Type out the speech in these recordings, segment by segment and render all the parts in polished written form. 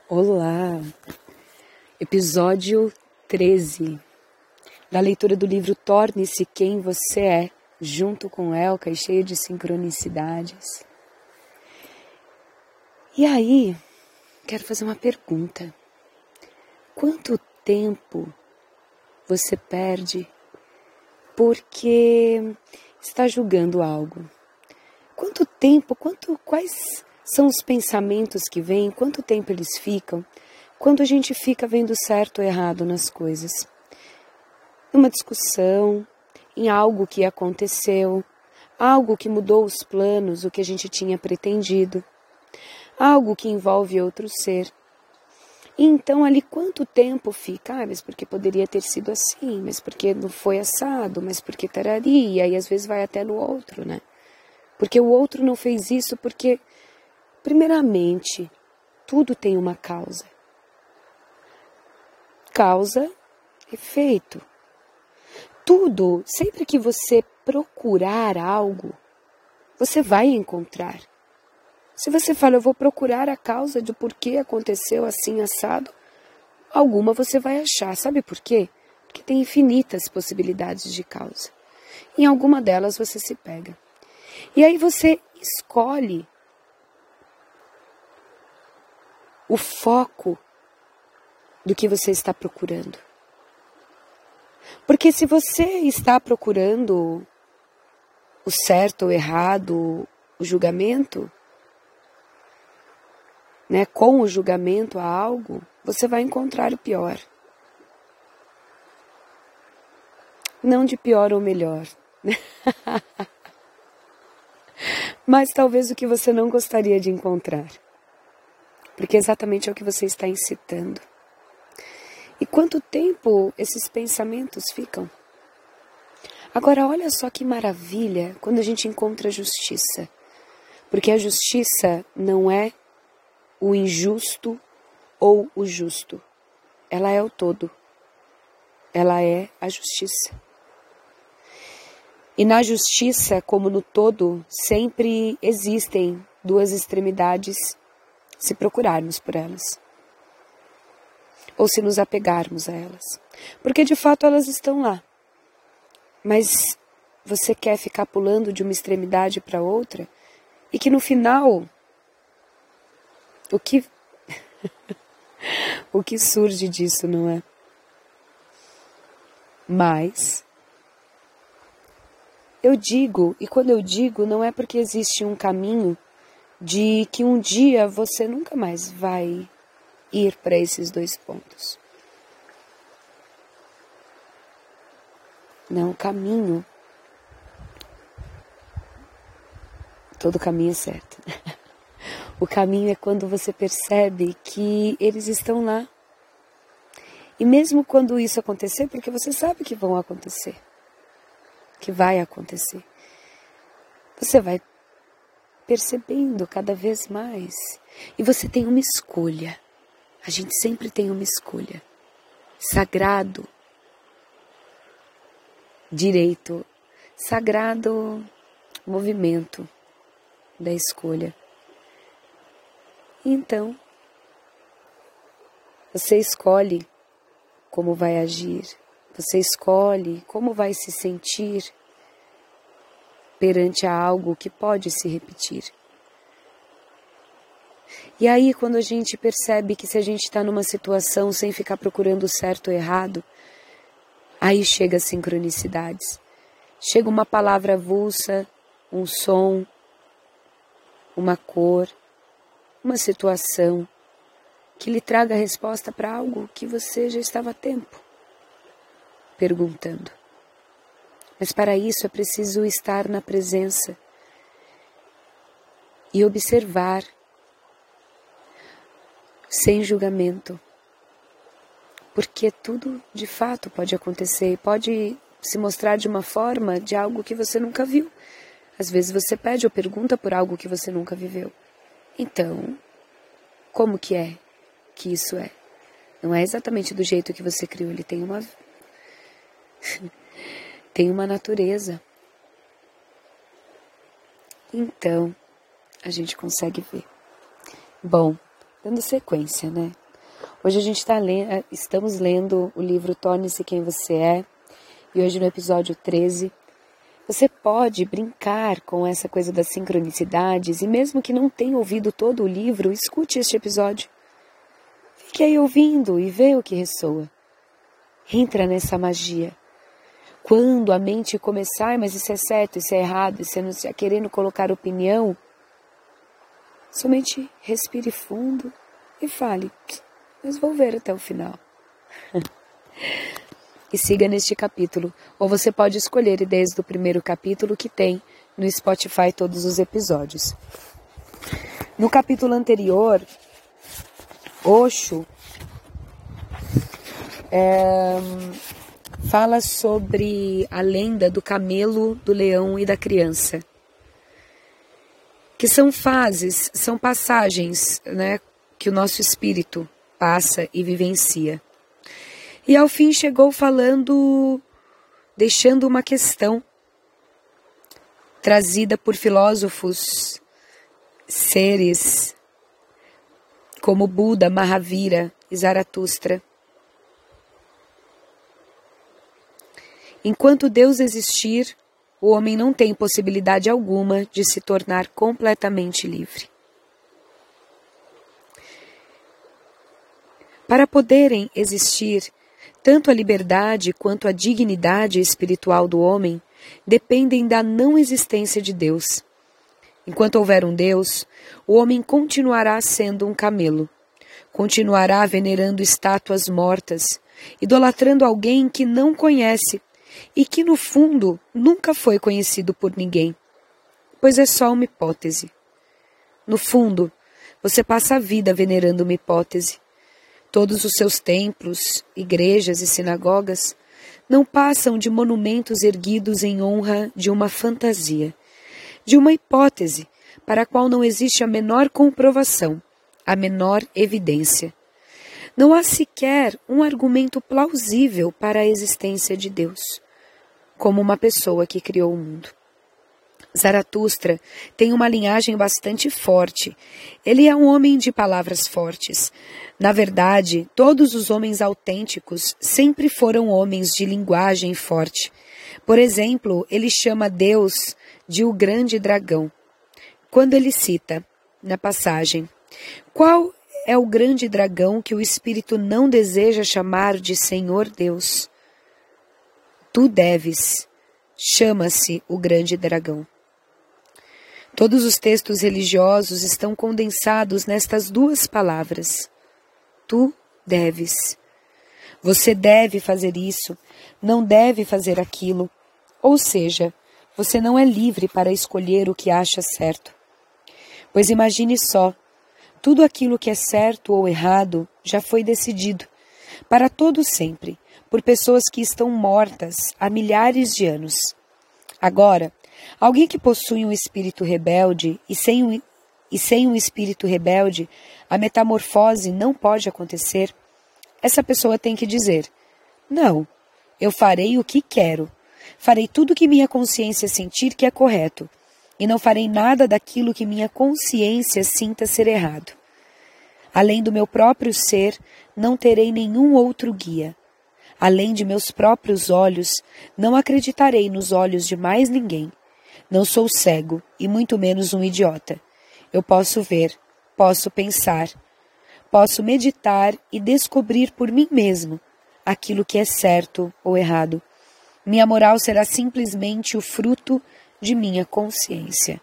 Olá! Episódio 13 da leitura do livro Torne-se Quem Você É, junto com Elka e cheio de sincronicidades. E aí, quero fazer uma pergunta. Quanto tempo você perde porque está julgando algo? Quanto tempo, quais são os pensamentos que vêm, quanto tempo eles ficam quando a gente fica vendo certo ou errado nas coisas? Numa discussão, em algo que aconteceu, algo que mudou os planos, o que a gente tinha pretendido, algo que envolve outro ser. E então ali quanto tempo fica? Mas porque poderia ter sido assim, mas porque não foi assado, mas porque tarari, e aí às vezes vai até no outro, né? Porque o outro não fez isso porque, primeiramente, tudo tem uma causa. Causa, efeito. Tudo, sempre que você procurar algo, você vai encontrar. Se você fala, eu vou procurar a causa de por que aconteceu assim assado, alguma você vai achar. Sabe por quê? Porque tem infinitas possibilidades de causa. Em alguma delas você se pega. E aí você escolhe o foco do que você está procurando. Porque se você está procurando o certo ou errado, o julgamento, né, com o julgamento a algo, você vai encontrar o pior. Não de pior ou melhor. Mas talvez o que você não gostaria de encontrar. Porque exatamente é o que você está incitando. E quanto tempo esses pensamentos ficam? Agora, olha só que maravilha quando a gente encontra a justiça. Porque a justiça não é o injusto ou o justo. Ela é o todo. Ela é a justiça. E na justiça, como no todo, sempre existem duas extremidades se procurarmos por elas. Ou se nos apegarmos a elas. Porque de fato elas estão lá. Mas você quer ficar pulando de uma extremidade para outra e que no final o que surge disso, não é? Mas eu digo, e quando eu digo, não é porque existe um caminho de que um dia você nunca mais vai ir para esses dois pontos. Não, o caminho, todo caminho é certo. O caminho é quando você percebe que eles estão lá. E mesmo quando isso acontecer, porque você sabe que vão acontecer, que vai acontecer, você vai percebendo cada vez mais. E você tem uma escolha. A gente sempre tem uma escolha. Sagrado direito, sagrado movimento da escolha. Então, você escolhe como vai agir, você escolhe como vai se sentir perante a algo que pode se repetir. E aí, quando a gente percebe que se a gente está numa situação sem ficar procurando o certo ou errado, aí chega as sincronicidades. Chega uma palavra avulsa, um som, uma cor, uma situação que lhe traga a resposta para algo que você já estava há tempo perguntando. Mas para isso é preciso estar na presença e observar sem julgamento. Porque tudo de fato pode acontecer e pode se mostrar de uma forma de algo que você nunca viu. Às vezes você pede ou pergunta por algo que você nunca viveu. Então, como que é que isso é? Não é exatamente do jeito que você criou, ele tem uma tem uma natureza. Então, a gente consegue ver. Bom, dando sequência, né? Hoje estamos lendo o livro Torne-se Quem Você É, e hoje no episódio 13, você pode brincar com essa coisa das sincronicidades, e mesmo que não tenha ouvido todo o livro, escute este episódio. Fique aí ouvindo e vê o que ressoa. Entra nessa magia. Quando a mente começar, mas isso é certo, isso é errado, e você não está querendo colocar opinião, somente respire fundo e fale, mas vou ver até o final. E siga neste capítulo, ou você pode escolher ideias do primeiro capítulo que tem no Spotify todos os episódios. No capítulo anterior, Osho fala sobre a lenda do camelo, do leão e da criança, que são fases, são passagens, né, que o nosso espírito passa e vivencia. E ao fim chegou deixando uma questão trazida por filósofos, seres como Buda, Mahavira e Zaratustra. Enquanto Deus existir, o homem não tem possibilidade alguma de se tornar completamente livre. Para poderem existir, tanto a liberdade quanto a dignidade espiritual do homem dependem da não existência de Deus. Enquanto houver um Deus, o homem continuará sendo um camelo, continuará venerando estátuas mortas, idolatrando alguém que não conhece e que, no fundo, nunca foi conhecido por ninguém, pois é só uma hipótese. No fundo, você passa a vida venerando uma hipótese. Todos os seus templos, igrejas e sinagogas não passam de monumentos erguidos em honra de uma fantasia, de uma hipótese para a qual não existe a menor comprovação, a menor evidência. Não há sequer um argumento plausível para a existência de Deus, como uma pessoa que criou o mundo. Zaratustra tem uma linhagem bastante forte. Ele é um homem de palavras fortes. Na verdade, todos os homens autênticos sempre foram homens de linguagem forte. Por exemplo, ele chama Deus de o grande dragão. Quando ele cita, na passagem, qual é o grande dragão que o espírito não deseja chamar de Senhor Deus? Tu deves. Chama-se o grande dragão. Todos os textos religiosos estão condensados nestas duas palavras. Tu deves. Você deve fazer isso, não deve fazer aquilo. Ou seja, você não é livre para escolher o que acha certo. Pois imagine só, tudo aquilo que é certo ou errado já foi decidido, para todo sempre, por pessoas que estão mortas há milhares de anos. Agora, alguém que possui um espírito rebelde e sem um espírito rebelde, a metamorfose não pode acontecer. Essa pessoa tem que dizer, não, eu farei o que quero, farei tudo o que minha consciência sentir que é correto, e não farei nada daquilo que minha consciência sinta ser errado. Além do meu próprio ser, não terei nenhum outro guia. Além de meus próprios olhos, não acreditarei nos olhos de mais ninguém. Não sou cego, e muito menos um idiota. Eu posso ver, posso pensar, posso meditar e descobrir por mim mesmo aquilo que é certo ou errado. Minha moral será simplesmente o fruto de minha consciência.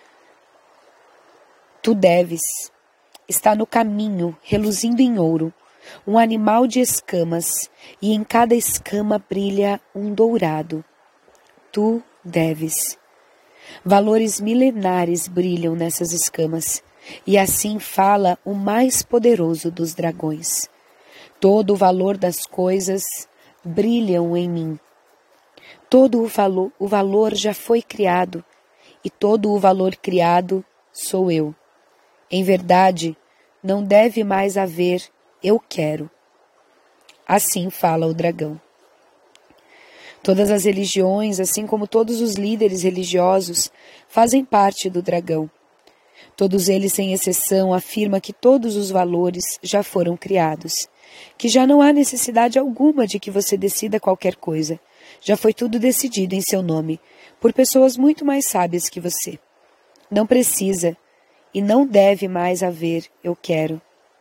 Tu deves. Está no caminho, reluzindo em ouro, um animal de escamas, e em cada escama brilha um dourado. Tu deves. Valores milenares brilham nessas escamas, e assim fala o mais poderoso dos dragões. Todo o valor das coisas brilham em mim. Todo o valor já foi criado, e todo o valor criado sou eu. Em verdade, não deve mais haver eu quero. Assim fala o dragão. Todas as religiões, assim como todos os líderes religiosos, fazem parte do dragão. Todos eles, sem exceção, afirmam que todos os valores já foram criados, que já não há necessidade alguma de que você decida qualquer coisa. Já foi tudo decidido em seu nome, por pessoas muito mais sábias que você. Não precisa e não deve mais haver eu quero.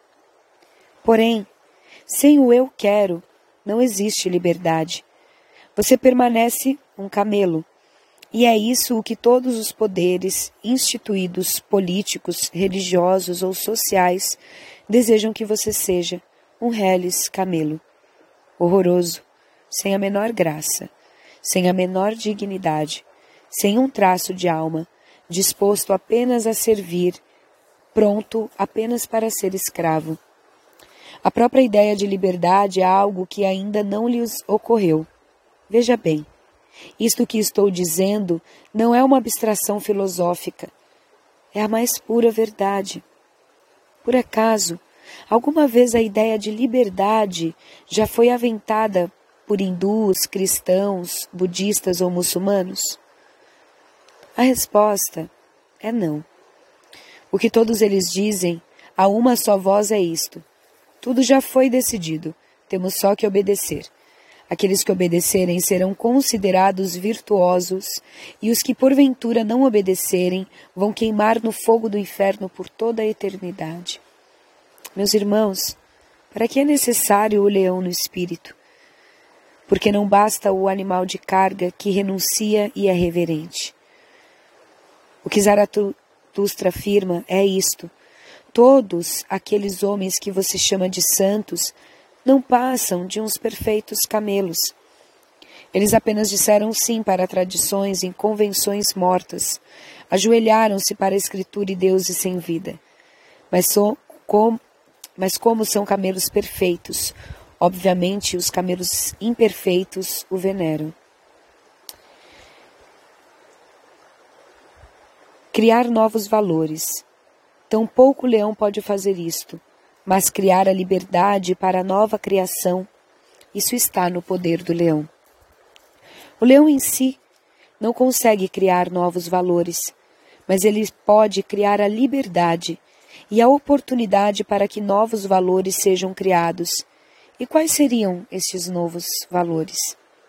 Porém, sem o eu quero, não existe liberdade. Você permanece um camelo. E é isso o que todos os poderes instituídos, políticos, religiosos ou sociais desejam que você seja, um reles camelo. Horroroso, sem a menor graça, sem a menor dignidade, sem um traço de alma, disposto apenas a servir, pronto apenas para ser escravo. A própria ideia de liberdade é algo que ainda não lhes ocorreu. Veja bem, isto que estou dizendo não é uma abstração filosófica, é a mais pura verdade. Por acaso, alguma vez a ideia de liberdade já foi aventada por hindus, cristãos, budistas ou muçulmanos? A resposta é não. O que todos eles dizem, a uma só voz é isto: tudo já foi decidido, temos só que obedecer. Aqueles que obedecerem serão considerados virtuosos, e os que porventura não obedecerem vão queimar no fogo do inferno por toda a eternidade. Meus irmãos, para que é necessário o leão no espírito? Porque não basta o animal de carga que renuncia e é reverente. O que Zaratustra afirma é isto: todos aqueles homens que você chama de santos não passam de uns perfeitos camelos. Eles apenas disseram sim para tradições e convenções mortas, ajoelharam-se para a escritura e deuses sem vida. Mas como são camelos perfeitos, obviamente os camelos imperfeitos o veneram. Criar novos valores. Tampouco o leão pode fazer isto, mas criar a liberdade para a nova criação, isso está no poder do leão. O leão em si não consegue criar novos valores, mas ele pode criar a liberdade e a oportunidade para que novos valores sejam criados. E quais seriam esses novos valores?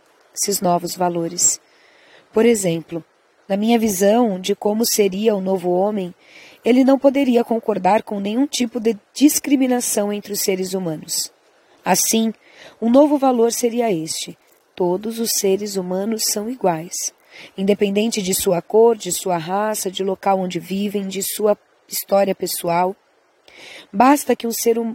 Por exemplo, na minha visão de como seria o novo homem, ele não poderia concordar com nenhum tipo de discriminação entre os seres humanos. Assim, um novo valor seria este: todos os seres humanos são iguais, independente de sua cor, de sua raça, de local onde vivem, de sua história pessoal. Basta que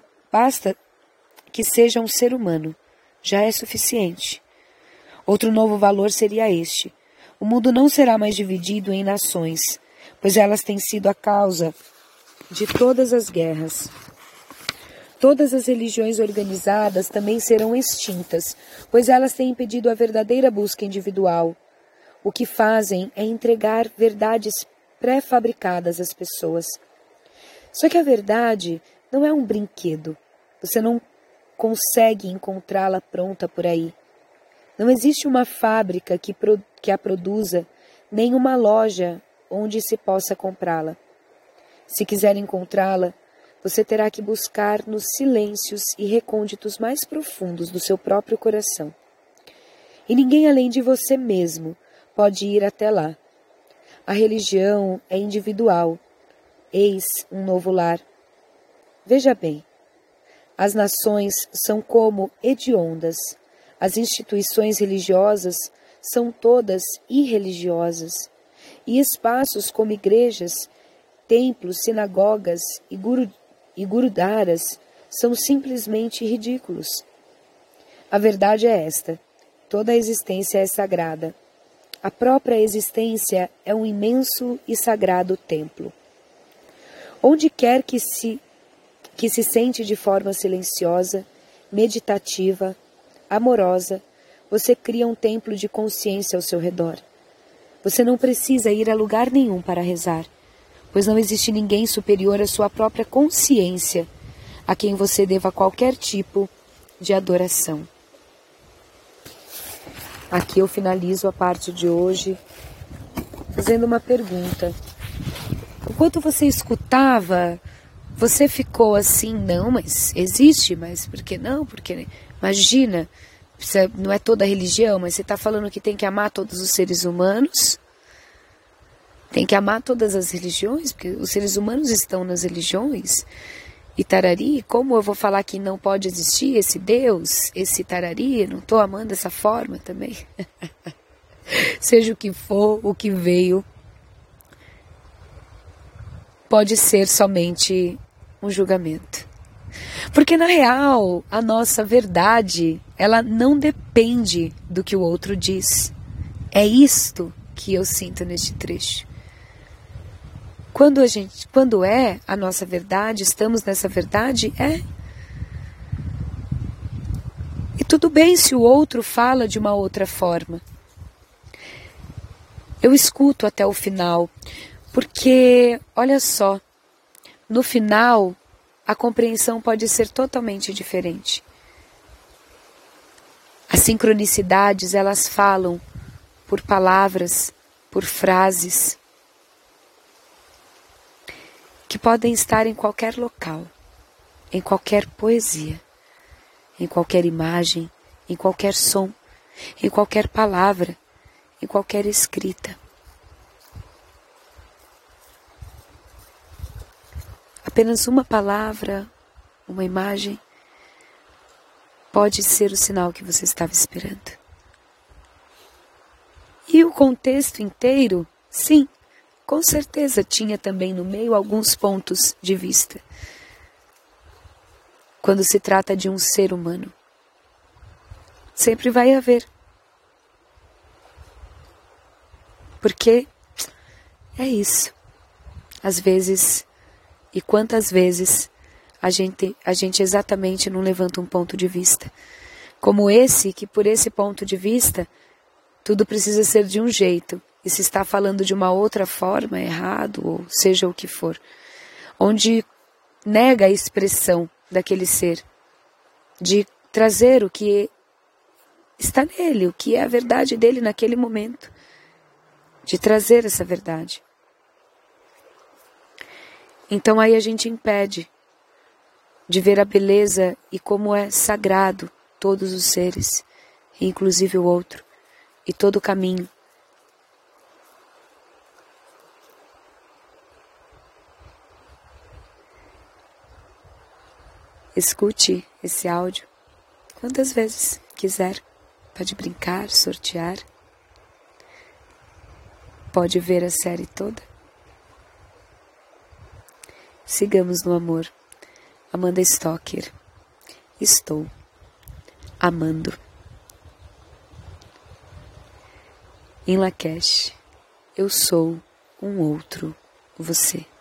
seja um ser humano, já é suficiente. Outro novo valor seria este: o mundo não será mais dividido em nações, pois elas têm sido a causa de todas as guerras. Todas as religiões organizadas também serão extintas, pois elas têm impedido a verdadeira busca individual. O que fazem é entregar verdades pré-fabricadas às pessoas. Só que a verdade não é um brinquedo. Você não consegue encontrá-la pronta por aí. Não existe uma fábrica que a produza, nem uma loja onde se possa comprá-la. Se quiser encontrá-la, você terá que buscar nos silêncios e recônditos mais profundos do seu próprio coração. E ninguém além de você mesmo pode ir até lá. A religião é individual. Eis um novo lar. Veja bem, as nações são como hediondas. As instituições religiosas são todas irreligiosas. E espaços como igrejas, templos, sinagogas e gurudaras são simplesmente ridículos. A verdade é esta: toda a existência é sagrada. A própria existência é um imenso e sagrado templo. Onde quer que se sente de forma silenciosa, meditativa, amorosa, você cria um templo de consciência ao seu redor. Você não precisa ir a lugar nenhum para rezar, pois não existe ninguém superior à sua própria consciência, a quem você deva qualquer tipo de adoração. Aqui eu finalizo a parte de hoje fazendo uma pergunta. Enquanto você escutava, você ficou assim, não, mas existe, mas por que não? Porque imagina, não é toda religião, mas você está falando que tem que amar todos os seres humanos, tem que amar todas as religiões, porque os seres humanos estão nas religiões, e tarari, como eu vou falar que não pode existir esse Deus, esse tarari, não estou amando dessa forma também? Seja o que for, o que veio, pode ser somente um julgamento. Porque na real, a nossa verdade, ela não depende do que o outro diz. É isto que eu sinto neste trecho. Quando é a nossa verdade, estamos nessa verdade, E tudo bem se o outro fala de uma outra forma. Eu escuto até o final, porque, olha só, no final, a compreensão pode ser totalmente diferente. As sincronicidades, elas falam por palavras, por frases, que podem estar em qualquer local, em qualquer poesia, em qualquer imagem, em qualquer som, em qualquer palavra, em qualquer escrita. Apenas uma palavra, uma imagem, pode ser o sinal que você estava esperando. E o contexto inteiro, sim, com certeza tinha também no meio alguns pontos de vista. Quando se trata de um ser humano, sempre vai haver. Porque é isso. Às vezes, e quantas vezes, a gente exatamente não levanta um ponto de vista. Como esse, que por esse ponto de vista, tudo precisa ser de um jeito. E se está falando de uma outra forma, errado, ou seja o que for. Onde nega a expressão daquele ser. De trazer o que está nele, o que é a verdade dele naquele momento. De trazer essa verdade. Então aí a gente impede de ver a beleza e como é sagrado todos os seres, inclusive o outro, e todo o caminho. Escute esse áudio quantas vezes quiser. Pode brincar, sortear. Pode ver a série toda. Sigamos no amor. Amanda Stocker. Estou amando. Em Lakesh, eu sou um outro você.